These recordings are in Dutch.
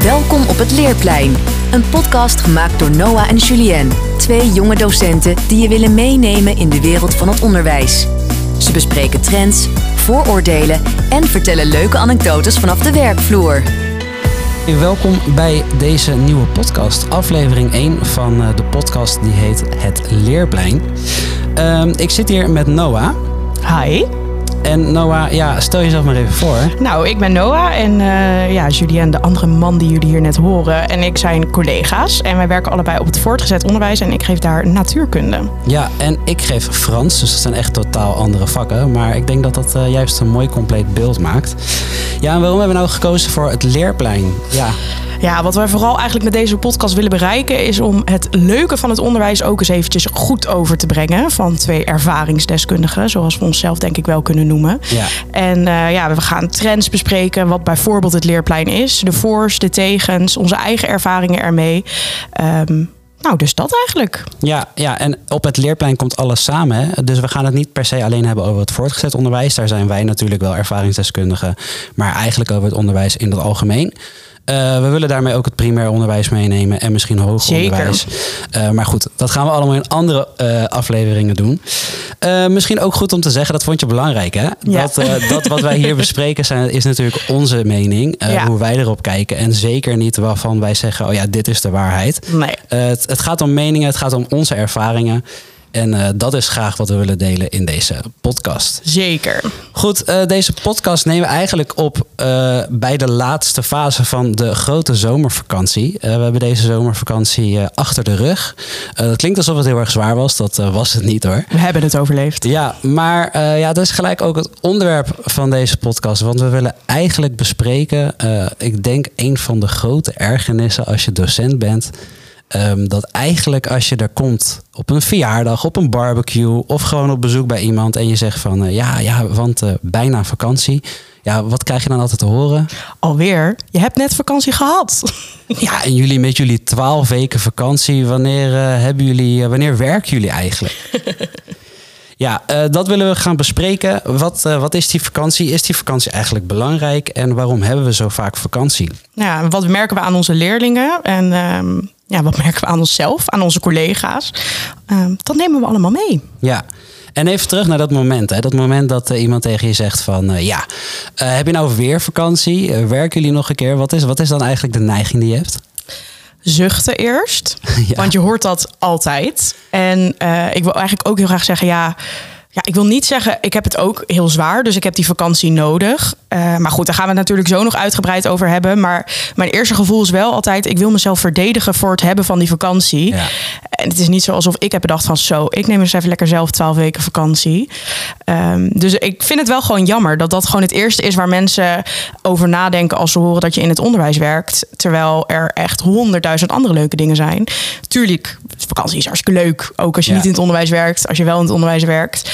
Welkom op het Leerplein. Een podcast gemaakt door Noah en Julienne. 2 jonge docenten die je willen meenemen in de wereld van het onderwijs. Ze bespreken trends, vooroordelen en vertellen leuke anekdotes vanaf de werkvloer. Welkom bij deze nieuwe podcast. Aflevering 1 van de podcast die heet Het Leerplein. Ik zit hier met Noah. Hi. En Noah, stel jezelf maar even voor. Nou, ik ben Noah en Julienne, de andere man die jullie hier net horen, en ik zijn collega's. En wij werken allebei op het voortgezet onderwijs en ik geef daar natuurkunde. Ja, en ik geef Frans, dus dat zijn echt totaal andere vakken. Maar ik denk dat dat juist een mooi compleet beeld maakt. Ja, en waarom hebben we nou gekozen voor Het Leerplein? Ja, wat wij vooral eigenlijk met deze podcast willen bereiken is om het leuke van het onderwijs ook eens eventjes goed over te brengen van 2 ervaringsdeskundigen, zoals we onszelf denk ik wel kunnen noemen. Ja. En we gaan trends bespreken, wat bijvoorbeeld het leerplein is, de voor's, de tegens, onze eigen ervaringen ermee. Dus dat eigenlijk. Ja, en op het Leerplein komt alles samen. Hè? Dus we gaan het niet per se alleen hebben over het voortgezet onderwijs. Daar zijn wij natuurlijk wel ervaringsdeskundigen, maar eigenlijk over het onderwijs in het algemeen. We willen daarmee ook het primair onderwijs meenemen en misschien hoger onderwijs. Maar goed, dat gaan we allemaal in andere afleveringen doen. Misschien ook goed om te zeggen, dat vond je belangrijk, hè? Ja. Dat wat wij hier bespreken is natuurlijk onze mening. Hoe wij erop kijken. En zeker niet waarvan wij zeggen, dit is de waarheid. Nee. Het gaat om meningen, het gaat om onze ervaringen. En dat is graag wat we willen delen in deze podcast. Zeker. Goed, deze podcast nemen we eigenlijk op bij de laatste fase van de grote zomervakantie. We hebben deze zomervakantie achter de rug. Dat klinkt alsof het heel erg zwaar was. Dat was het niet hoor. We hebben het overleefd. Ja, maar dat is gelijk ook het onderwerp van deze podcast. Want we willen eigenlijk bespreken, ik denk een van de grote ergernissen als je docent bent. Dat eigenlijk als je er komt op een verjaardag, op een barbecue of gewoon op bezoek bij iemand en je zegt van want bijna vakantie. Ja, wat krijg je dan altijd te horen? Alweer? Je hebt net vakantie gehad. Ja, en jullie met jullie 12 weken vakantie, wanneer werken jullie eigenlijk? Ja, dat willen we gaan bespreken. Wat is die vakantie? Is die vakantie eigenlijk belangrijk? En waarom hebben we zo vaak vakantie? Ja, wat merken we aan onze leerlingen? En wat merken we aan onszelf, aan onze collega's? Dat nemen we allemaal mee. Ja, en even terug naar dat moment. Hè? Dat moment dat iemand tegen je zegt van... heb je nou weer vakantie? Werken jullie nog een keer? Wat is dan eigenlijk de neiging die je hebt? Zuchten eerst, want je hoort dat altijd. En ik wil eigenlijk ook heel graag zeggen... ik wil niet zeggen, ik heb het ook heel zwaar, dus ik heb die vakantie nodig. Maar goed, daar gaan we het natuurlijk zo nog uitgebreid over hebben. Maar mijn eerste gevoel is wel altijd, ik wil mezelf verdedigen voor het hebben van die vakantie. Ja. En het is niet zo alsof ik heb bedacht van ik neem eens even lekker zelf 12 weken vakantie. Dus ik vind het wel gewoon jammer dat gewoon het eerste is waar mensen over nadenken als ze horen dat je in het onderwijs werkt. Terwijl er echt 100.000 andere leuke dingen zijn. Tuurlijk, vakantie is hartstikke leuk. Ook als je niet in het onderwijs werkt, als je wel in het onderwijs werkt.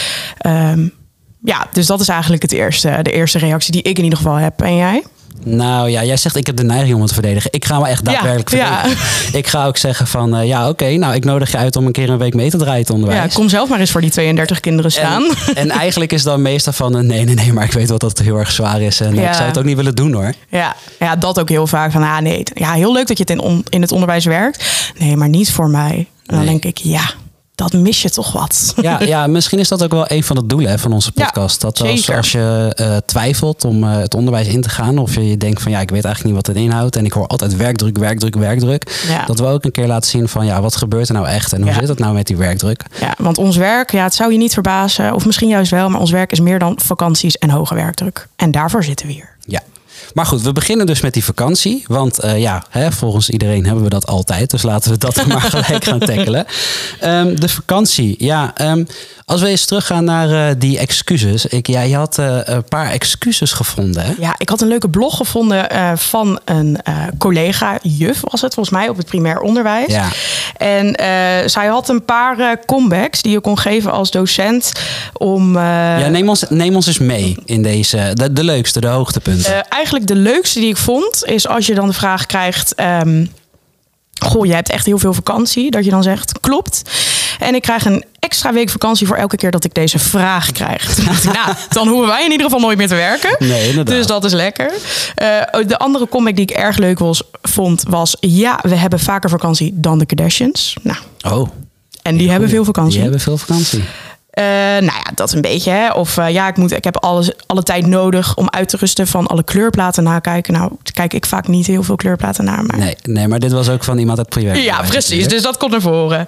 Dus dat is eigenlijk de eerste reactie die ik in ieder geval heb. En jij? Nou ja, jij zegt ik heb de neiging om het te verdedigen. Ik ga me echt daadwerkelijk verdedigen. Ja. Ik ga ook zeggen van ik nodig je uit om een keer een week mee te draaien het onderwijs. Ja, kom zelf maar eens voor die 32 kinderen staan. En eigenlijk is dan meestal van nee, maar ik weet wel dat het heel erg zwaar is. En ik zou het ook niet willen doen hoor. Ja, dat ook heel vaak van nee. Ja, heel leuk dat je in het onderwijs werkt. Nee, maar niet voor mij. En dan denk ik dat mis je toch wat. Ja, misschien is dat ook wel een van de doelen van onze podcast. Dat als je twijfelt om het onderwijs in te gaan... of je denkt van ik weet eigenlijk niet wat het inhoudt... en ik hoor altijd werkdruk... dat we ook een keer laten zien van wat gebeurt er nou echt... en hoe zit het nou met die werkdruk? Ja, want ons werk, het zou je niet verbazen... of misschien juist wel, maar ons werk is meer dan vakanties en hoge werkdruk. En daarvoor zitten we hier. Ja. Maar goed, we beginnen dus met die vakantie. Want volgens iedereen hebben we dat altijd. Dus laten we dat maar gelijk gaan tackelen. De vakantie, als we eens teruggaan naar die excuses. Je had een paar excuses gevonden. Hè? Ja, ik had een leuke blog gevonden van een collega, juf was het volgens mij, op het primair onderwijs. Ja. En zij had een paar comebacks die je kon geven als docent om... neem ons eens mee in deze, de leukste, de hoogtepunten. Eigenlijk de leukste die ik vond, is als je dan de vraag krijgt... je hebt echt heel veel vakantie. Dat je dan zegt, klopt. En ik krijg een extra week vakantie voor elke keer dat ik deze vraag krijg. Toen dacht ik, nou, dan hoeven wij in ieder geval nooit meer te werken. Nee, inderdaad. Dus dat is lekker. De andere comic die ik erg leuk vond was... Ja, we hebben vaker vakantie dan de Kardashians. Nou, en die hebben veel vakantie. Die hebben veel vakantie. Nou ja, dat een beetje. Hè. Of ik heb alle tijd nodig om uit te rusten van alle kleurplaten nakijken. Nou, kijk ik vaak niet heel veel kleurplaten naar. Maar... Nee, maar dit was ook van iemand uit het privé. Ja, precies. Dus dat komt naar voren.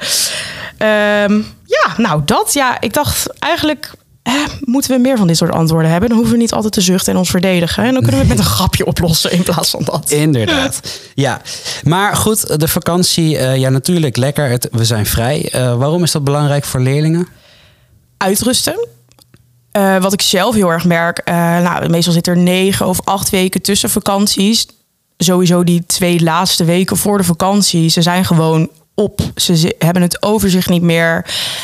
Ik dacht eigenlijk... moeten we meer van dit soort antwoorden hebben? Dan hoeven we niet altijd te zuchten en ons verdedigen. En dan kunnen we het met een grapje oplossen in plaats van dat. Inderdaad. Ja, maar goed, de vakantie, natuurlijk lekker. We zijn vrij. Waarom is dat belangrijk voor leerlingen? Uitrusten. Wat ik zelf heel erg merk... meestal zit er 9 of 8 weken tussen vakanties. Sowieso die 2 laatste weken voor de vakantie. Ze zijn gewoon op. Ze hebben het overzicht niet meer.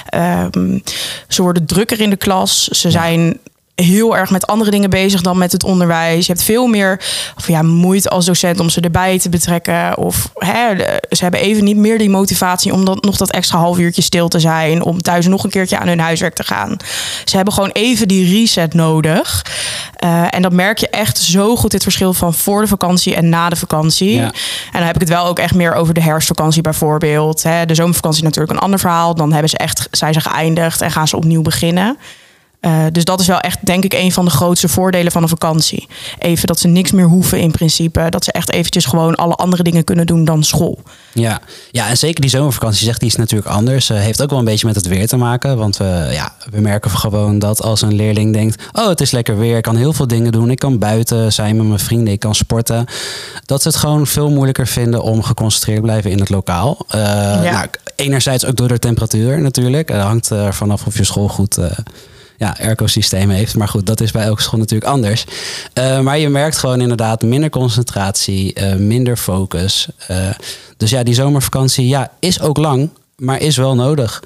Ze worden drukker in de klas. Ze zijn heel erg met andere dingen bezig dan met het onderwijs. Je hebt veel meer moeite als docent om ze erbij te betrekken. Of ze hebben even niet meer die motivatie om nog dat extra half uurtje stil te zijn. Om thuis nog een keertje aan hun huiswerk te gaan. Ze hebben gewoon even die reset nodig. En dat merk je echt zo goed, dit verschil van voor de vakantie en na de vakantie. Ja. En dan heb ik het wel ook echt meer over de herfstvakantie bijvoorbeeld. De zomervakantie is natuurlijk een ander verhaal. Dan zijn ze geëindigd en gaan ze opnieuw beginnen. Dus dat is wel echt, denk ik, een van de grootste voordelen van een vakantie. Even dat ze niks meer hoeven in principe. Dat ze echt eventjes gewoon alle andere dingen kunnen doen dan school. Ja, en zeker die zomervakantie, die is natuurlijk anders. Heeft ook wel een beetje met het weer te maken. Want we merken gewoon dat als een leerling denkt... het is lekker weer, ik kan heel veel dingen doen. Ik kan buiten zijn met mijn vrienden, ik kan sporten. Dat ze het gewoon veel moeilijker vinden om geconcentreerd te blijven in het lokaal. Enerzijds ook door de temperatuur natuurlijk. Het hangt er vanaf of je school goed... airco-systeem heeft. Maar goed, dat is bij elke school natuurlijk anders. Maar je merkt gewoon inderdaad minder concentratie, minder focus. Dus die zomervakantie is ook lang, maar is wel nodig.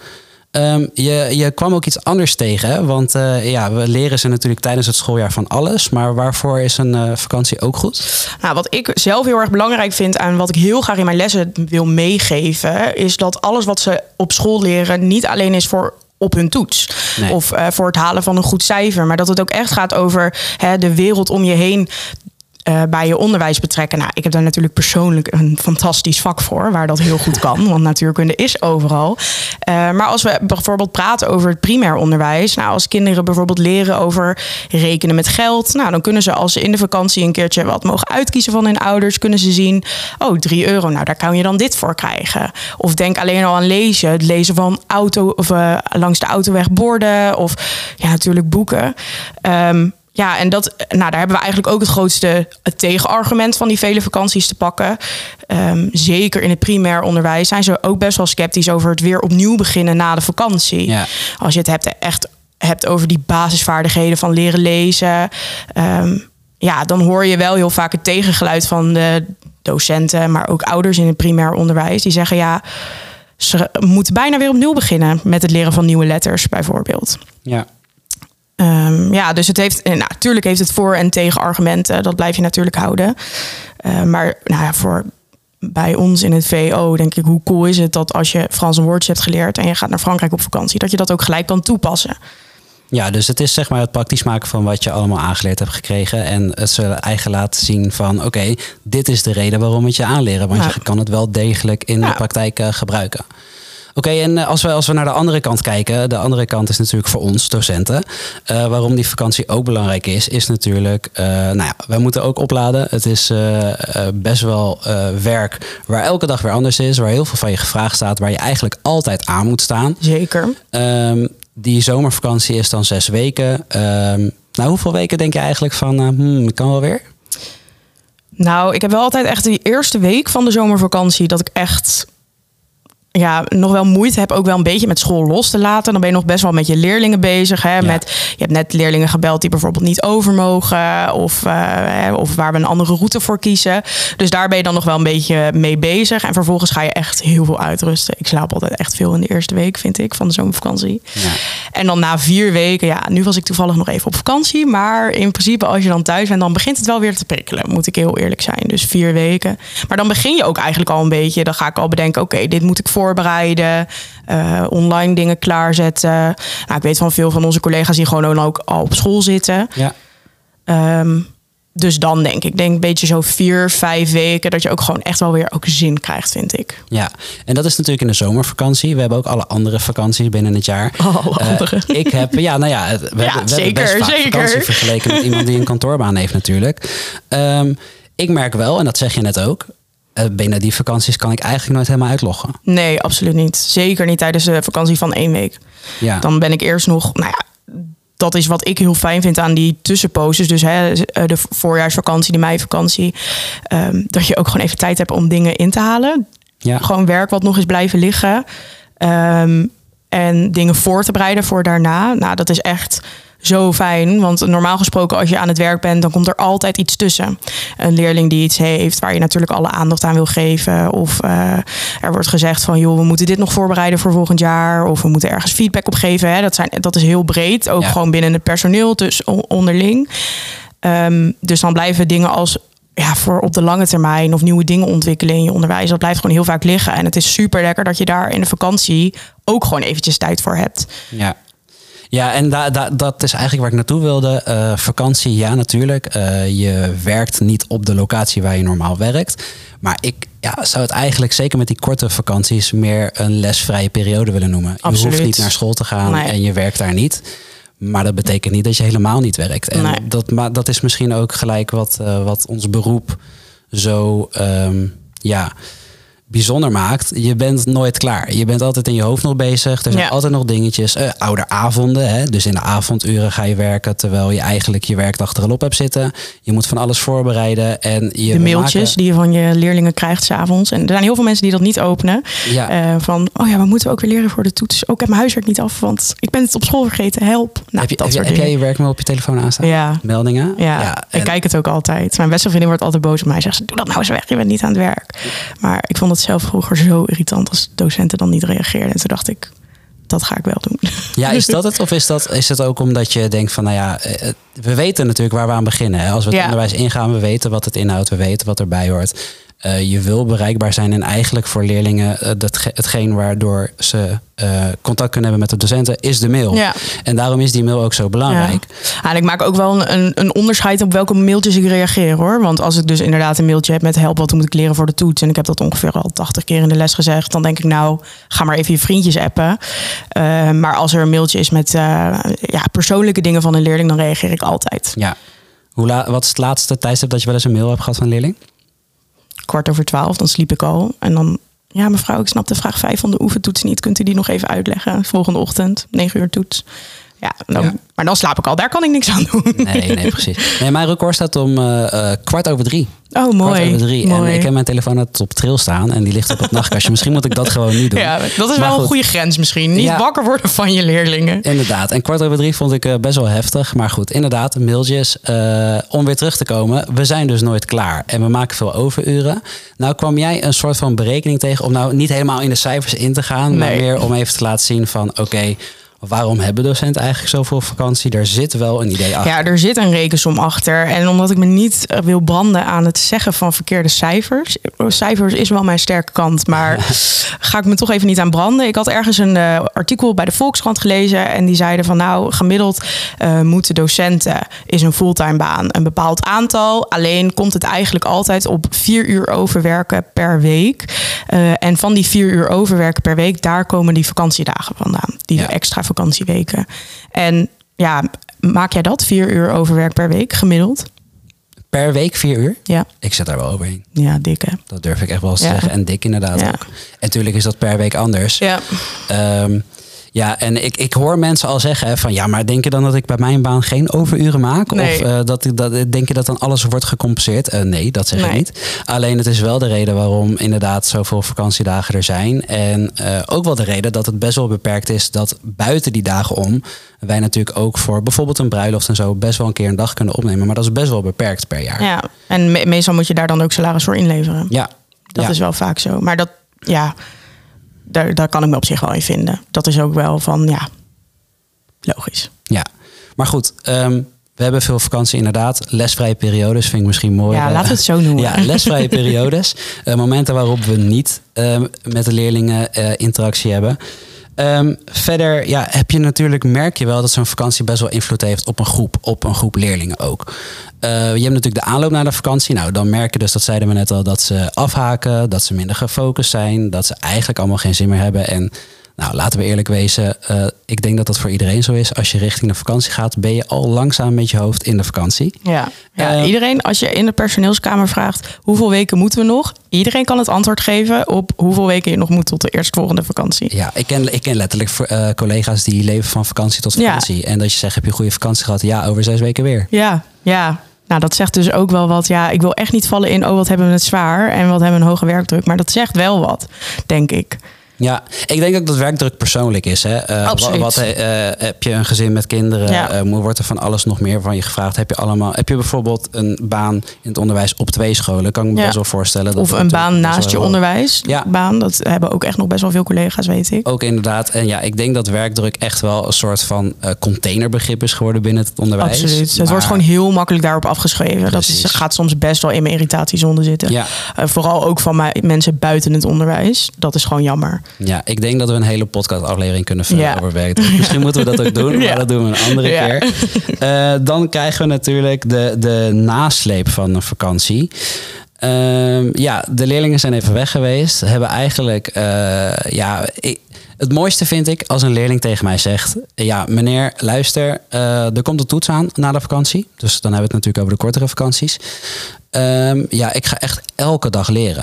Je kwam ook iets anders tegen, hè? Want we leren ze natuurlijk tijdens het schooljaar van alles. Maar waarvoor is een vakantie ook goed? Nou, wat ik zelf heel erg belangrijk vind en wat ik heel graag in mijn lessen wil meegeven, is dat alles wat ze op school leren niet alleen is voor op hun toets. Nee. Of voor het halen van een goed cijfer. Maar dat het ook echt gaat over de wereld om je heen bij je onderwijs betrekken. Nou, ik heb daar natuurlijk persoonlijk een fantastisch vak voor, waar dat heel goed kan. Want natuurkunde is overal. Maar als we bijvoorbeeld praten over het primair onderwijs. Nou, als kinderen bijvoorbeeld leren over rekenen met geld. Nou, dan kunnen ze als ze in de vakantie een keertje wat mogen uitkiezen van hun ouders, kunnen ze zien, €3. Nou, daar kan je dan dit voor krijgen. Of denk alleen al aan lezen. Het lezen van langs de autoweg borden. Of natuurlijk boeken. En daar hebben we eigenlijk ook het grootste tegenargument van die vele vakanties te pakken. Zeker in het primair onderwijs zijn ze ook best wel sceptisch over het weer opnieuw beginnen na de vakantie. Ja. Als je het hebt over die basisvaardigheden van leren lezen. Dan hoor je wel heel vaak het tegengeluid van de docenten, maar ook ouders in het primair onderwijs. Die zeggen ze moeten bijna weer opnieuw beginnen met het leren van nieuwe letters bijvoorbeeld. Ja. Dus het heeft, natuurlijk heeft het voor- en tegenargumenten. Dat blijf je natuurlijk houden. Maar bij ons in het VO denk ik, hoe cool is het dat als je Frans een woordje hebt geleerd en je gaat naar Frankrijk op vakantie, dat je dat ook gelijk kan toepassen. Ja, dus het is zeg maar het praktisch maken van wat je allemaal aangeleerd hebt gekregen. En het ze eigen laten zien van oké, dit is de reden waarom het je aanleren. Want je kan het wel degelijk in de praktijk gebruiken. Oké, en als we naar de andere kant kijken. De andere kant is natuurlijk voor ons, docenten. Waarom die vakantie ook belangrijk is natuurlijk... wij moeten ook opladen. Het is best wel werk waar elke dag weer anders is. Waar heel veel van je gevraagd staat. Waar je eigenlijk altijd aan moet staan. Zeker. Die zomervakantie is dan 6 weken. Hoeveel weken denk je eigenlijk van... ik kan wel weer? Nou, ik heb wel altijd echt die eerste week van de zomervakantie... dat ik echt... nog wel moeite heb ook wel een beetje met school los te laten. Dan ben je nog best wel met je leerlingen bezig. Hè? Je hebt net leerlingen gebeld die bijvoorbeeld niet over mogen. Of waar we een andere route voor kiezen. Dus daar ben je dan nog wel een beetje mee bezig. En vervolgens ga je echt heel veel uitrusten. Ik slaap altijd echt veel in de eerste week, vind ik, van de zomervakantie. Ja. En dan na 4 weken, nu was ik toevallig nog even op vakantie. Maar in principe als je dan thuis bent, dan begint het wel weer te prikkelen. Moet ik heel eerlijk zijn. Dus 4 weken. Maar dan begin je ook eigenlijk al een beetje. Dan ga ik al bedenken, oké, dit moet ik voor voorbereiden, online dingen klaarzetten. Nou, ik weet van veel van onze collega's die gewoon ook al op school zitten. Ja. Dus dan denk ik een beetje zo 4-5 weken... dat je ook gewoon echt wel weer ook zin krijgt, vind ik. Ja, en dat is natuurlijk in de zomervakantie. We hebben ook alle andere vakanties binnen het jaar. Alle andere. Ik heb, we hebben best vaak vakantie vergeleken met iemand die een kantoorbaan heeft natuurlijk. Ik merk wel, en dat zeg je net ook... binnen die vakanties kan ik eigenlijk nooit helemaal uitloggen. Nee, absoluut niet. Zeker niet tijdens de vakantie van 1 week. Ja. Dan ben ik eerst nog... dat is wat ik heel fijn vind aan die tussenposes. Dus de voorjaarsvakantie, de meivakantie. Dat je ook gewoon even tijd hebt om dingen in te halen. Ja. Gewoon werk wat nog eens blijven liggen. En dingen voor te bereiden voor daarna. Nou, dat is echt zo fijn. Want normaal gesproken als je aan het werk bent... dan komt er altijd iets tussen. Een leerling die iets heeft... waar je natuurlijk alle aandacht aan wil geven. Of er wordt gezegd van... joh, we moeten dit nog voorbereiden voor volgend jaar. Of we moeten ergens feedback op geven. Hè. Dat is heel breed. Ook gewoon binnen het personeel, dus onderling. Dus dan blijven dingen als... voor op de lange termijn of nieuwe dingen ontwikkelen in je onderwijs. Dat blijft gewoon heel vaak liggen. En het is super lekker dat je daar in de vakantie... ook gewoon eventjes tijd voor hebt. Ja. Ja, en dat is eigenlijk waar ik naartoe wilde. Vakantie, ja, natuurlijk. Je werkt niet op de locatie waar je normaal werkt. Maar ik zou het eigenlijk, zeker met die korte vakanties... meer een lesvrije periode willen noemen. Absoluut. Je hoeft niet naar school te gaan en je werkt daar niet. Maar dat betekent niet dat je helemaal niet werkt. En dat is misschien ook gelijk wat ons beroep zo... bijzonder maakt. Je bent nooit klaar. Je bent altijd in je hoofd nog bezig. Er zijn altijd nog dingetjes. Ouderavonden. Hè? Dus in de avonduren ga je werken... terwijl je eigenlijk je werkdag er al op hebt zitten. Je moet van alles voorbereiden. En de mailtjes die je van je leerlingen krijgt 's avonds. En er zijn heel veel mensen die dat niet openen. Ja. We moeten ook weer leren voor de toets. Ook ik heb mijn huiswerk niet af, want ik ben het op school vergeten. Help. Nou, heb jij je werkmail op je telefoon aanstaan? Ja. Meldingen? Ja. Ik kijk het ook altijd. Mijn beste vriendin wordt altijd boos op mij. Zegt ze, doe dat nou eens weg. Je bent niet aan het werk. Maar ik vond het zelf vroeger zo irritant als docenten dan niet reageerden. En toen dacht ik, dat ga ik wel doen. Ja, is dat het? Of is het ook omdat je denkt van, we weten natuurlijk waar we aan beginnen. Hè? Als we het onderwijs ingaan, we weten wat het inhoudt, we weten wat erbij hoort. Je wil bereikbaar zijn en eigenlijk voor leerlingen hetgeen waardoor ze contact kunnen hebben met de docenten is de mail. Ja. En daarom is die mail ook zo belangrijk. Ja. En ik maak ook wel een onderscheid op welke mailtjes ik reageer, hoor. Want als ik dus inderdaad een mailtje heb met help, wat moet ik leren voor de toets? En ik heb dat ongeveer al 80 keer in de les gezegd. Dan denk ik, ga maar even je vriendjes appen. Maar als er een mailtje is met persoonlijke dingen van een leerling, dan reageer ik altijd. Ja. Wat is het laatste tijdstip dat je wel eens een mail hebt gehad van een leerling? 12:15, dan sliep ik al. En dan, mevrouw, ik snap de vraag 5 van de oefentoets niet. Kunt u die nog even uitleggen? Volgende ochtend, 9 uur toets. Maar dan slaap ik al. Daar kan ik niks aan doen. Nee, precies. Nee, mijn record staat om 3:15. Oh, mooi. 3:15. En ik heb mijn telefoon altijd op tril staan. En die ligt op het nachtkastje. Misschien moet ik dat gewoon niet doen. Ja, dat is wel een goede grens misschien. Niet wakker worden van je leerlingen. Inderdaad. En 2:15 vond ik best wel heftig. Maar goed, inderdaad, mailtjes. Om weer terug te komen. We zijn dus nooit klaar. En we maken veel overuren. Nou kwam jij een soort van berekening tegen. Om niet helemaal in de cijfers in te gaan. Maar meer om even te laten zien van oké, waarom hebben docenten eigenlijk zoveel vakantie? Er zit wel een idee achter. Ja, er zit een rekensom achter. En omdat ik me niet wil branden aan het zeggen van verkeerde cijfers. Cijfers is wel mijn sterke kant, maar ga ik me toch even niet aan branden. Ik had ergens een artikel bij de Volkskrant gelezen. En die zeiden van gemiddeld moeten docenten, is een fulltime baan, een bepaald aantal. Alleen komt het eigenlijk altijd op 4 uur overwerken per week. En van die 4 uur overwerken per week, daar komen die vakantiedagen vandaan. Die extra vakantieweken. En maak jij dat? 4 uur overwerk per week gemiddeld? Per week 4 uur? Ja. Ik zit daar wel overheen. Ja, dik hè? Dat durf ik echt wel te zeggen. En dik inderdaad ook. En natuurlijk is dat per week anders. Ja. En ik hoor mensen al zeggen van maar denk je dan dat ik bij mijn baan geen overuren maak? Nee. Of denk je dat dan alles wordt gecompenseerd? Nee, dat zeg ik niet. Alleen het is wel de reden waarom inderdaad zoveel vakantiedagen er zijn. En ook wel de reden dat het best wel beperkt is dat buiten die dagen om wij natuurlijk ook voor bijvoorbeeld een bruiloft en zo best wel een keer een dag kunnen opnemen. Maar dat is best wel beperkt per jaar. Ja, en meestal moet je daar dan ook salaris voor inleveren. Ja. Dat is wel vaak zo. Maar daar kan ik me op zich wel in vinden. Dat is ook wel van, logisch. Ja, maar goed, we We hebben veel vakantie inderdaad. Lesvrije periodes vind ik misschien mooi. Ja, laten we het zo noemen. Ja, lesvrije periodes. Momenten waarop we niet met de leerlingen interactie hebben. Verder merk je wel dat zo'n vakantie best wel invloed heeft op een groep leerlingen ook. Je hebt natuurlijk de aanloop naar de vakantie. Nou, dan merk je dus, dat zeiden we net al, dat ze afhaken, dat ze minder gefocust zijn, dat ze eigenlijk allemaal geen zin meer hebben. En nou, laten we eerlijk wezen, ik denk dat dat voor iedereen zo is. Als je richting de vakantie gaat, ben je al langzaam met je hoofd in de vakantie. Ja, iedereen, als je in de personeelskamer vraagt, hoeveel weken moeten we nog? Iedereen kan het antwoord geven op hoeveel weken je nog moet tot de eerstvolgende vakantie. Ja, ik ken letterlijk collega's die leven van vakantie tot vakantie. Ja. En dat je zegt, heb je een goede vakantie gehad? Ja, over 6 weken weer. Ja. Nou, dat zegt dus ook wel wat. Ja, ik wil echt niet vallen in, wat hebben we het zwaar en wat hebben we een hoge werkdruk. Maar dat zegt wel wat, denk ik. Ja, ik denk ook dat werkdruk persoonlijk is. Hè? Absoluut. Heb je een gezin met kinderen? Ja. Wordt er van alles nog meer van je gevraagd? Heb je bijvoorbeeld een baan in het onderwijs op 2 scholen? Kan ik me best wel voorstellen. Of een baan naast je onderwijs. Ja. Baan, dat hebben ook echt nog best wel veel collega's, weet ik. Ook inderdaad. En ja, ik denk dat werkdruk echt wel een soort van containerbegrip is geworden binnen het onderwijs. Absoluut. Het wordt gewoon heel makkelijk daarop afgeschreven. Precies. Dat gaat soms best wel in mijn irritatiezone zitten. Ja. Vooral ook van mensen buiten het onderwijs. Dat is gewoon jammer. Ja, ik denk dat we een hele podcastaflevering kunnen vullen over werkdruk. Misschien moeten we dat ook doen, maar dat doen we een andere keer. Dan krijgen we natuurlijk de nasleep van een vakantie. De leerlingen zijn even weg geweest. Hebben eigenlijk... het mooiste vind ik als een leerling tegen mij zegt... Ja, meneer, luister, er komt een toets aan na de vakantie. Dus dan hebben we het natuurlijk over de kortere vakanties. Ik ga echt elke dag leren.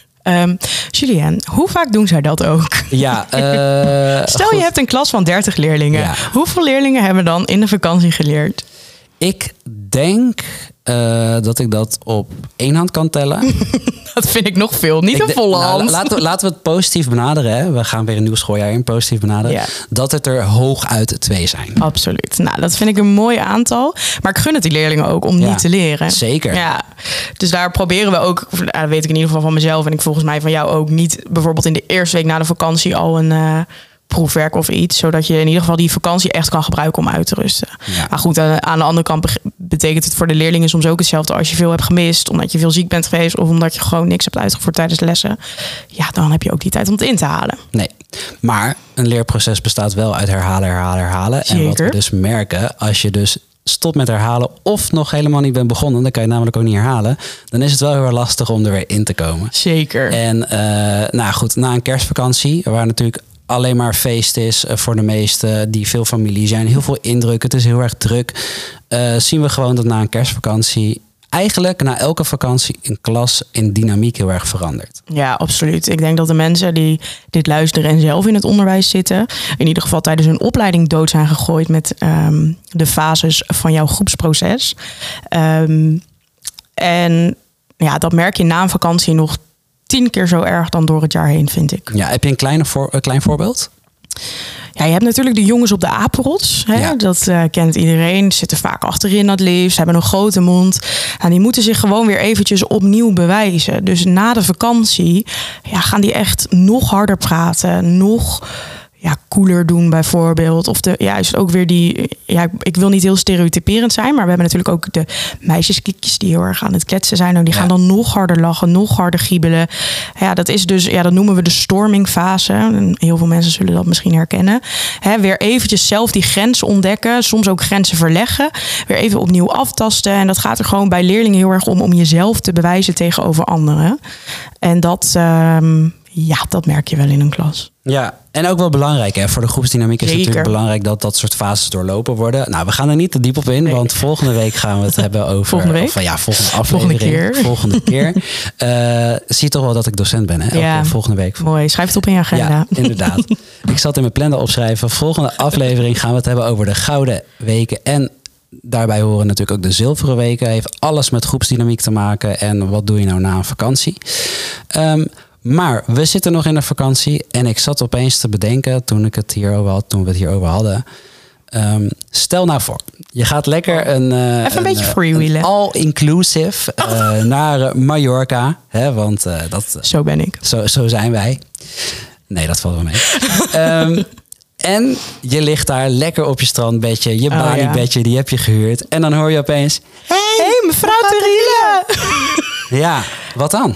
Julien, hoe vaak doen zij dat ook? Ja, Stel goed. Je hebt een klas van 30 leerlingen. Ja. Hoeveel leerlingen hebben dan in de vakantie geleerd? Ik denk dat ik dat op 1 hand kan tellen. Dat vind ik nog veel. Niet een volle hand. Laten we het positief benaderen. Hè? We gaan weer een nieuw schooljaar in. Positief benaderen. Ja. Dat het er hooguit 2 zijn. Absoluut. Nou, dat vind ik een mooi aantal. Maar ik gun het die leerlingen ook om niet te leren. Zeker. Ja. Dus daar proberen we ook, dat weet ik in ieder geval van mezelf en ik volgens mij van jou ook, niet bijvoorbeeld in de eerste week na de vakantie al een proefwerk of iets, zodat je in ieder geval die vakantie echt kan gebruiken om uit te rusten. Ja. Maar goed, aan de andere kant betekent het voor de leerlingen soms ook hetzelfde. Als je veel hebt gemist, omdat je veel ziek bent geweest of omdat je gewoon niks hebt uitgevoerd tijdens de lessen, ja, dan heb je ook die tijd om het in te halen. Nee, maar een leerproces bestaat wel uit herhalen. Zeker. En wat we dus merken, als je dus stopt met herhalen of nog helemaal niet bent begonnen, dan kan je namelijk ook niet herhalen. Dan is het wel heel erg lastig om er weer in te komen. Zeker. En na een kerstvakantie, waar natuurlijk alleen maar feest is voor de meesten, die veel familie zijn, heel veel indruk, het is heel erg druk, zien we gewoon dat na een kerstvakantie eigenlijk na elke vakantie een klas in dynamiek heel erg verandert. Ja, absoluut. Ik denk dat de mensen die dit luisteren en zelf in het onderwijs zitten, in ieder geval tijdens hun opleiding dood zijn gegooid met de fases van jouw groepsproces. En ja, dat merk je na een vakantie nog 10 keer zo erg dan door het jaar heen, vind ik. Ja, heb je een klein voorbeeld? Ja, je hebt natuurlijk de jongens op de apenrots. Hè? Ja. Dat kent iedereen. Ze zitten vaak achterin het liefst. Ze hebben een grote mond. En die moeten zich gewoon weer eventjes opnieuw bewijzen. Dus na de vakantie gaan die echt nog harder praten. Nog cooler doen bijvoorbeeld. Of juist ook weer die... Ja, ik wil niet heel stereotyperend zijn, maar we hebben natuurlijk ook de meisjesklikjes die heel erg aan het kletsen zijn. En die gaan dan nog harder lachen, nog harder giebelen. Ja, dat is dus, dat noemen we de stormingfase. En heel veel mensen zullen dat misschien herkennen. Weer eventjes zelf die grenzen ontdekken. Soms ook grenzen verleggen. Weer even opnieuw aftasten. En dat gaat er gewoon bij leerlingen heel erg om jezelf te bewijzen tegenover anderen. En dat... dat merk je wel in een klas. Ja, en ook wel belangrijk. Hè? Voor de groepsdynamiek is het natuurlijk belangrijk dat dat soort fases doorlopen worden. Nou, we gaan er niet te diep op in, want volgende week gaan we het hebben over... Volgende week? Volgende aflevering. Volgende keer. Zie je toch wel dat ik docent ben, hè? Ja, volgende week. Mooi, schrijf het op in je agenda. Ja, inderdaad. Ik zal het in mijn planner opschrijven. Volgende aflevering gaan we het hebben over de gouden weken en... Daarbij horen natuurlijk ook de zilveren weken. Heeft alles met groepsdynamiek te maken. En wat doe je nou na een vakantie? Maar we zitten nog in een vakantie. En ik zat opeens te bedenken toen we het hierover hadden. Stel nou voor, je gaat lekker een beetje freewheelen. All-inclusive naar Mallorca. Hè, want dat... Zo ben ik. Zo zijn wij. Nee, dat valt wel mee. En je ligt daar lekker op je strandbedje. Je Bali-bedje, die heb je gehuurd. En dan hoor je opeens... Hey mevrouw Terrille! Ja, wat dan?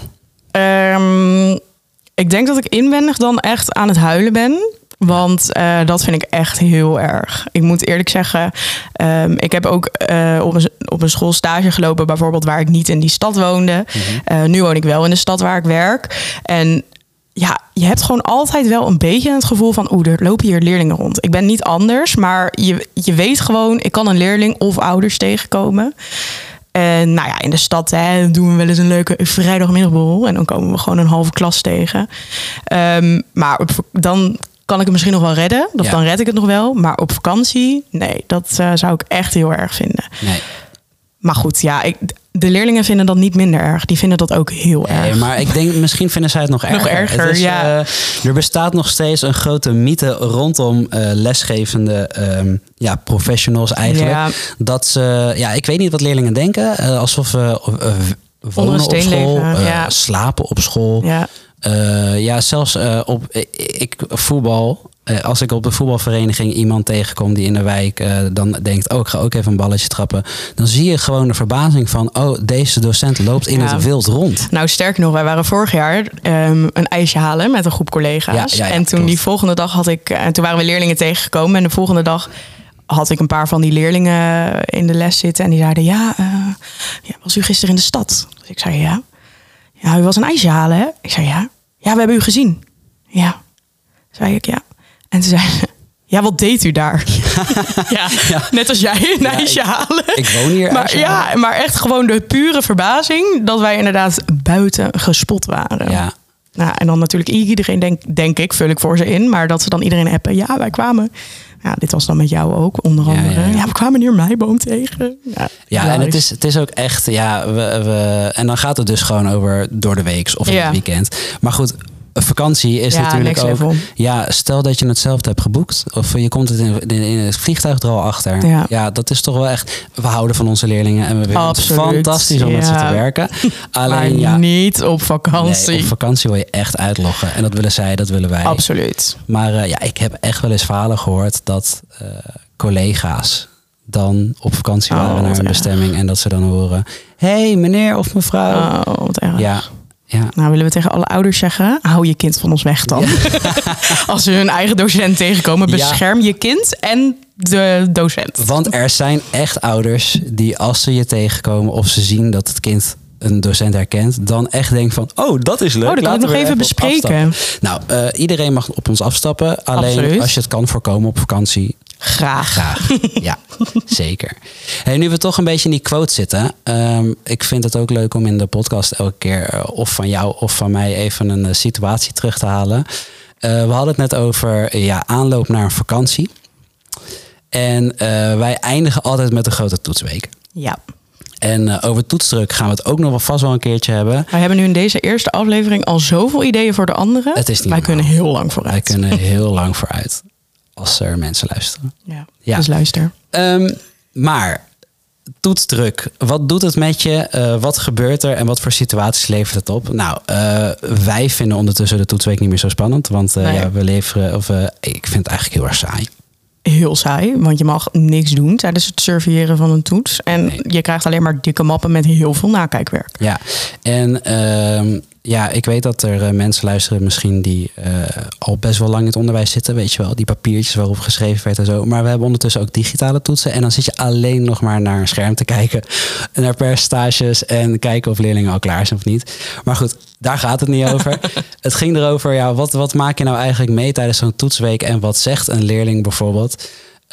Ik denk dat ik inwendig dan echt aan het huilen ben. Want dat vind ik echt heel erg. Ik moet eerlijk zeggen, ik heb ook op een school stage gelopen, bijvoorbeeld waar ik niet in die stad woonde. Nu woon ik wel in de stad waar ik werk. En ja, je hebt gewoon altijd wel een beetje het gevoel van, er lopen hier leerlingen rond. Ik ben niet anders, maar je weet gewoon, ik kan een leerling of ouders tegenkomen. En nou ja, in de stad doen we wel eens een leuke vrijdagmiddagborrel. En dan komen we gewoon een halve klas tegen. Maar dan kan ik het misschien nog wel redden. Dan red ik het nog wel. Maar op vakantie, nee, dat zou ik echt heel erg vinden. Nee. Maar goed, ja, de leerlingen vinden dat niet minder erg. Die vinden dat ook heel erg. Maar ik denk, misschien vinden zij het nog erger. Nog erger, is, ja. Er bestaat nog steeds een grote mythe rondom lesgevende professionals eigenlijk. Ja. Dat ze, ik weet niet wat leerlingen denken. Alsof we wonen op school, slapen op school. Ja. Zelfs ik voetbal. Als ik op de voetbalvereniging iemand tegenkom die in de wijk dan denkt, ik ga ook even een balletje trappen. Dan zie je gewoon de verbazing van, deze docent loopt in het wild rond. Nou, sterker nog, wij waren vorig jaar een ijsje halen met een groep collega's. Ja, en toen die volgende dag toen waren we leerlingen tegengekomen. En de volgende dag had ik een paar van die leerlingen in de les zitten. En die zeiden, was u gisteren in de stad? Dus ik zei, ja. Ja, u was een ijsje halen, hè? Ik zei, ja. Ja, we hebben u gezien. Ja. Zei ik, ja. En toen zei ze, ja, wat deed u daar? Net als jij een ijsje halen. Ik woon hier. Maar echt gewoon de pure verbazing dat wij inderdaad buiten gespot waren. Ja. Nou, en dan natuurlijk iedereen, denk ik, vul ik voor ze in. Maar dat ze dan iedereen appen, ja, wij kwamen. Ja, dit was dan met jou ook, onder andere. Ja, we kwamen hier Meiboom tegen. Ja, en het is ook echt, en dan gaat het dus gewoon over door de week of in het weekend. Maar goed, vakantie is natuurlijk ook... Level. Ja, stel dat je het zelf hebt geboekt. Of je komt het in het vliegtuig er al achter. Ja, dat is toch wel echt... We houden van onze leerlingen en we vinden het fantastisch om met ze te werken. Alleen, maar niet op vakantie. Nee, op vakantie wil je echt uitloggen. En dat willen zij, dat willen wij. Absoluut. Maar ik heb echt wel eens verhalen gehoord dat collega's dan op vakantie waren naar een bestemming. En dat ze dan horen... Hey, meneer of mevrouw. Oh, wat erg. Ja. Nou, willen we tegen alle ouders zeggen, hou je kind van ons weg dan. Ja. Als ze hun eigen docent tegenkomen, bescherm je kind en de docent. Want er zijn echt ouders die als ze je tegenkomen of ze zien dat het kind een docent herkent, dan echt denken van, dat is leuk. Dat kan ik nog even bespreken. Nou, iedereen mag op ons afstappen. Alleen Absoluut. Als je het kan voorkomen op vakantie. Graag. Ja, zeker. Hey, nu we toch een beetje in die quote zitten. Ik vind het ook leuk om in de podcast elke keer of van jou of van mij even een situatie terug te halen. We hadden het net over aanloop naar een vakantie. En wij eindigen altijd met een grote toetsweek. Ja. En over toetsdruk gaan we het ook nog wel vast wel een keertje hebben. Wij hebben nu in deze eerste aflevering al zoveel ideeën voor de anderen. Het is niet Wij kunnen heel lang vooruit. Wij kunnen heel lang vooruit. Als er mensen luisteren. Ja. Dus luister. Maar toetsdruk. Wat doet het met je? Wat gebeurt er? En wat voor situaties levert het op? Nou, wij vinden ondertussen de toetsweek niet meer zo spannend. Want we leveren... ik vind het eigenlijk heel erg saai. Heel saai, want je mag niks doen tijdens het surveilleren van een toets. En je krijgt alleen maar dikke mappen met heel veel nakijkwerk. Ja, en ik weet dat er mensen luisteren misschien die al best wel lang in het onderwijs zitten. Weet je wel, die papiertjes waarop geschreven werd en zo. Maar we hebben ondertussen ook digitale toetsen. En dan zit je alleen nog maar naar een scherm te kijken. Naar percentages en kijken of leerlingen al klaar zijn of niet. Maar goed, daar gaat het niet over. Het ging erover, wat maak je nou eigenlijk mee tijdens zo'n toetsweek? En wat zegt een leerling bijvoorbeeld?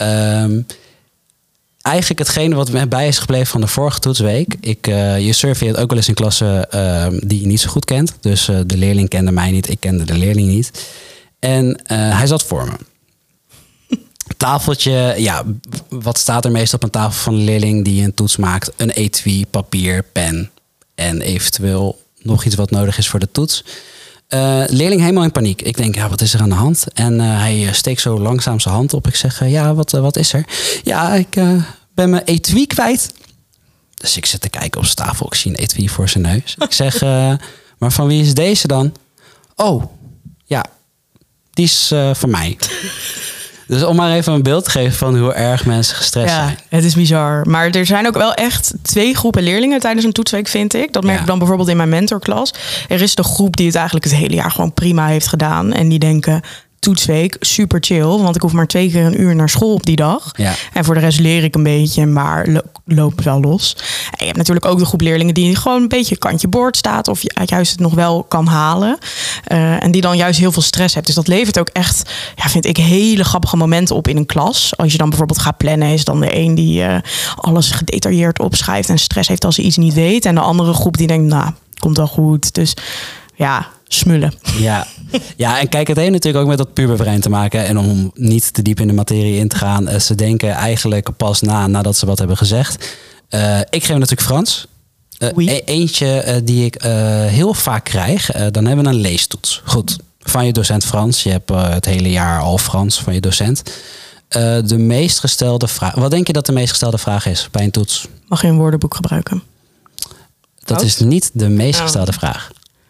Eigenlijk hetgene wat mij bij is gebleven van de vorige toetsweek. Je surveilleert ook wel eens in klassen die je niet zo goed kent. Dus de leerling kende mij niet, ik kende de leerling niet. En hij zat voor me. Tafeltje, wat staat er meestal op een tafel van een leerling die een toets maakt? Een etui, papier, pen en eventueel nog iets wat nodig is voor de toets. Leerling helemaal in paniek. Ik denk, wat is er aan de hand? En hij steekt zo langzaam zijn hand op. Ik zeg, wat is er? Ja, ik ben mijn etui kwijt. Dus ik zit te kijken op zijn tafel. Ik zie een etui voor zijn neus. Ik zeg, maar van wie is deze dan? Oh, ja, die is van mij. Dus om maar even een beeld te geven van hoe erg mensen gestrest zijn. Het is bizar. Maar er zijn ook wel echt 2 groepen leerlingen tijdens een toetsweek, vind ik. Dat merk ik dan bijvoorbeeld in mijn mentorklas. Er is de groep die het eigenlijk het hele jaar gewoon prima heeft gedaan. En die denken, toetsweek, super chill. Want ik hoef maar 2 keer een uur naar school op die dag. Ja. En voor de rest leer ik een beetje, maar loop wel los. En je hebt natuurlijk ook de groep leerlingen die gewoon een beetje kantje boord staat. Of juist het nog wel kan halen. En die dan juist heel veel stress hebt. Dus dat levert ook echt, vind ik, hele grappige momenten op in een klas. Als je dan bijvoorbeeld gaat plannen, is dan de een die alles gedetailleerd opschrijft en stress heeft als hij iets niet weet. En de andere groep die denkt, nou, komt wel goed. Dus ja, smullen. Ja, en kijk, het heeft natuurlijk ook met dat puberbrein te maken. En om niet te diep in de materie in te gaan. Ze denken eigenlijk pas nadat ze wat hebben gezegd. Ik geef natuurlijk Frans. Eentje die ik heel vaak krijg. Dan hebben we een leestoets. Goed, van je docent Frans. Je hebt het hele jaar al Frans van je docent. De meest gestelde vraag. Wat denk je dat de meest gestelde vraag is bij een toets? Mag je een woordenboek gebruiken? Dat is niet de meest gestelde vraag.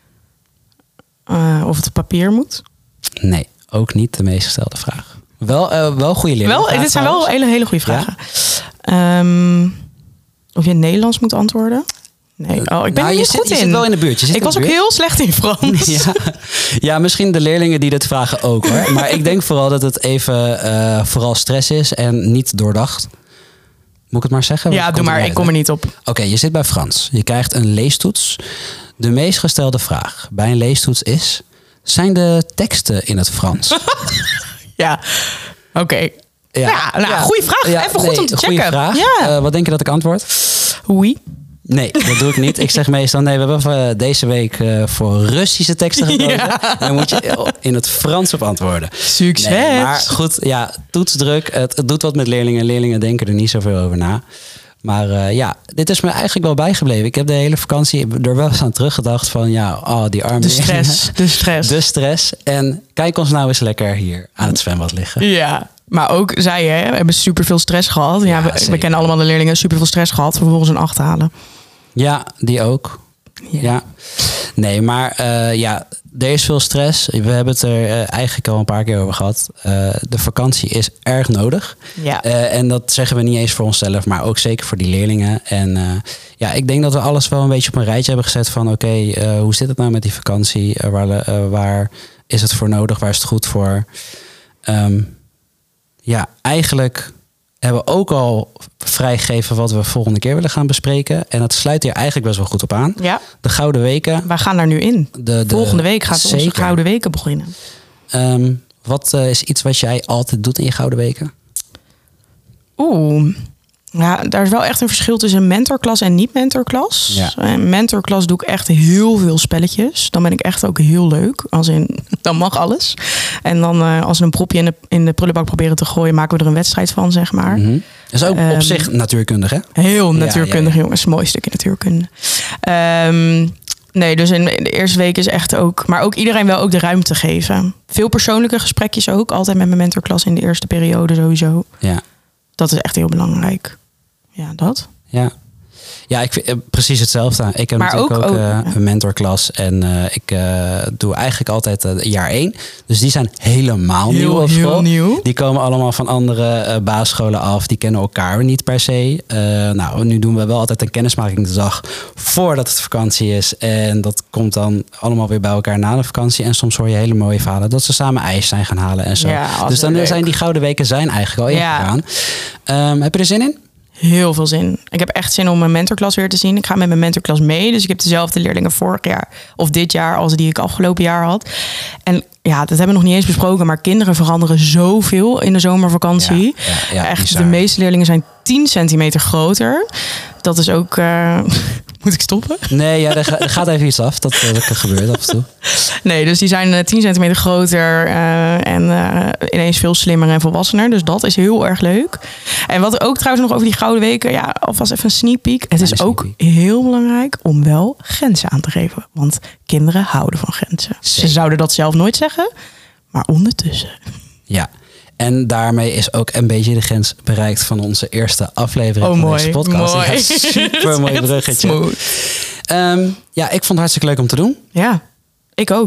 Of het op papier moet? Nee, ook niet de meest gestelde vraag. Wel goede leerlingen. Dit zijn wel hele goede vragen. Ja? Of je in het Nederlands moet antwoorden? Nee, ik ben er niet goed in. Je zit wel in de buurt. Ik was ook heel slecht in Frans. Ja, misschien de leerlingen die dit vragen ook hoor. Maar ik denk vooral dat het even vooral stress is en niet doordacht. Moet ik het maar zeggen? Ja, doe maar. Ik kom er niet op. Oké, je zit bij Frans. Je krijgt een leestoets. De meest gestelde vraag bij een leestoets is: zijn de teksten in het Frans? Ja, oké. Goeie vraag. Even goed om te checken. Goeie vraag. Ja. Wat denk je dat ik antwoord? Oui. Nee, dat doe ik niet. Ik zeg meestal, nee, we hebben deze week voor Russische teksten gekozen. Ja. En dan moet je in het Frans op antwoorden. Succes! Nee, maar goed, toetsdruk. Het doet wat met leerlingen. Leerlingen denken er niet zoveel over na. Maar dit is me eigenlijk wel bijgebleven. Ik heb de hele vakantie er wel eens aan teruggedacht van die arme De stress. En kijk ons nou eens lekker hier aan het zwembad liggen. Ja. Maar ook zij hebben superveel stress gehad. Ja, we kennen allemaal de leerlingen superveel stress gehad. Vervolgens een 8 halen. Ja, die ook. Ja. Nee, maar er is veel stress. We hebben het er eigenlijk al een paar keer over gehad. De vakantie is erg nodig. Ja. En dat zeggen we niet eens voor onszelf, maar ook zeker voor die leerlingen. En ik denk dat we alles wel een beetje op een rijtje hebben gezet van oké, hoe zit het nou met die vakantie? Waar is het voor nodig? Waar is het goed voor? Eigenlijk hebben we ook al vrijgegeven wat we volgende keer willen gaan bespreken. En dat sluit hier eigenlijk best wel goed op aan. Ja. De Gouden Weken. We gaan daar nu in. Volgende week gaat onze Gouden Weken beginnen. Wat is iets wat jij altijd doet in je Gouden Weken? Ja, daar is wel echt een verschil tussen mentorklas en niet-mentorklas. Ja. Mentorklas doe ik echt heel veel spelletjes. Dan ben ik echt ook heel leuk. Dan mag alles. En dan als we een propje in de prullenbak proberen te gooien, maken we er een wedstrijd van, zeg maar. Mm-hmm. Dat is ook op zich natuurkundig, hè? Heel natuurkundig, jongens. Een mooi stukje natuurkunde. Nee, dus in de eerste week is echt ook... Maar ook iedereen wel ook de ruimte geven. Veel persoonlijke gesprekjes ook. Altijd met mijn mentorklas in de eerste periode sowieso. Ja. Dat is echt heel belangrijk. Ja, dat. Ja, ik vind precies hetzelfde. Ik heb maar natuurlijk ook een mentorklas. En ik doe eigenlijk altijd jaar 1. Dus die zijn helemaal nieuw op school. Heel nieuw. Die komen allemaal van andere basisscholen af. Die kennen elkaar niet per se. Nu doen we wel altijd een kennismakingsdag voordat het vakantie is. En dat komt dan allemaal weer bij elkaar na de vakantie. En soms hoor je hele mooie verhalen dat ze samen ijs zijn gaan halen en zo. Ja, dus dan zijn die Gouden Weken eigenlijk al ingegaan. Heb je er zin in? Heel veel zin. Ik heb echt zin om mijn mentorklas weer te zien. Ik ga met mijn mentorklas mee. Dus ik heb dezelfde leerlingen vorig jaar of dit jaar als die ik afgelopen jaar had. En dat hebben we nog niet eens besproken. Maar kinderen veranderen zoveel in de zomervakantie. Ja, echt, bizar. De meeste leerlingen zijn 10 centimeter groter. Dat is ook... Moet ik stoppen? Nee, er gaat even iets af. Dat gebeurt af en toe. Nee, dus die zijn 10 centimeter groter en ineens veel slimmer en volwassener. Dus dat is heel erg leuk. En wat ook trouwens nog over die Gouden Weken, alvast even een sneak peek. Het is ook heel belangrijk om wel grenzen aan te geven. Want kinderen houden van grenzen. Zeker. Ze zouden dat zelf nooit zeggen, maar ondertussen. Ja. En daarmee is ook een beetje de grens bereikt van onze eerste aflevering van deze podcast. Mooi. Ja, super mooi bruggetje. Ik vond het hartstikke leuk om te doen. Ja, ik ook.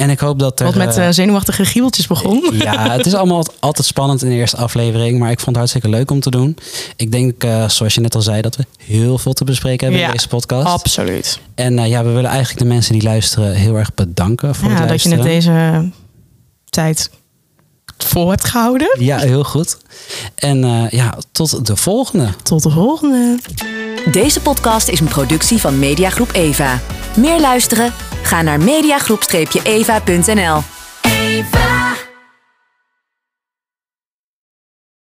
En ik hoop dat er... Wat met zenuwachtige giebeltjes begon. Ja, het is allemaal altijd spannend in de eerste aflevering. Maar ik vond het hartstikke leuk om te doen. Ik denk, zoals je net al zei, dat we heel veel te bespreken hebben in deze podcast. Absoluut. En we willen eigenlijk de mensen die luisteren heel erg bedanken voor het luisteren. Dat je het deze tijd vol hebt gehouden. Ja, heel goed. En tot de volgende. Tot de volgende. Deze podcast is een productie van Mediagroep Eva. Meer luisteren? Ga naar mediagroep-eva.nl.